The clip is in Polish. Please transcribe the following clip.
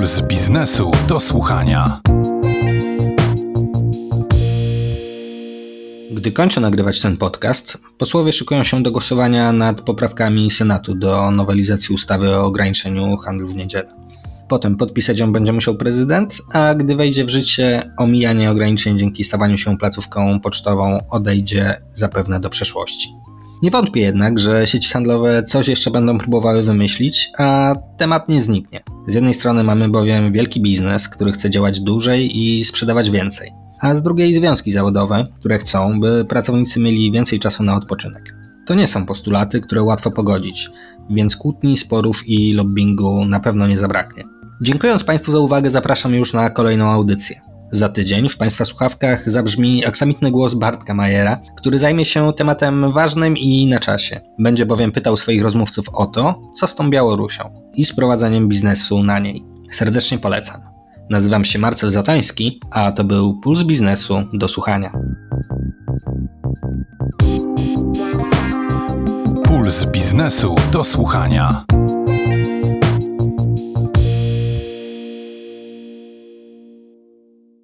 Puls biznesu do słuchania. Gdy kończę nagrywać ten podcast, posłowie szykują się do głosowania nad poprawkami Senatu do nowelizacji ustawy o ograniczeniu handlu w niedzielę. Potem podpisać ją będzie musiał prezydent, a gdy wejdzie w życie, omijanie ograniczeń dzięki stawaniu się placówką pocztową odejdzie zapewne do przeszłości. Nie wątpię jednak, że sieci handlowe coś jeszcze będą próbowały wymyślić, a temat nie zniknie. Z jednej strony mamy bowiem wielki biznes, który chce działać dłużej i sprzedawać więcej, a z drugiej związki zawodowe, które chcą, by pracownicy mieli więcej czasu na odpoczynek. To nie są postulaty, które łatwo pogodzić, więc kłótni, sporów i lobbingu na pewno nie zabraknie. Dziękując Państwu za uwagę, zapraszam już na kolejną audycję. Za tydzień w Państwa słuchawkach zabrzmi aksamitny głos Bartka Majera, który zajmie się tematem ważnym i na czasie. Będzie bowiem pytał swoich rozmówców o to, co z tą Białorusią i z prowadzeniem biznesu na niej. Serdecznie polecam. Nazywam się Marcel Zatoński, a to był Puls biznesu do słuchania. Puls biznesu do słuchania.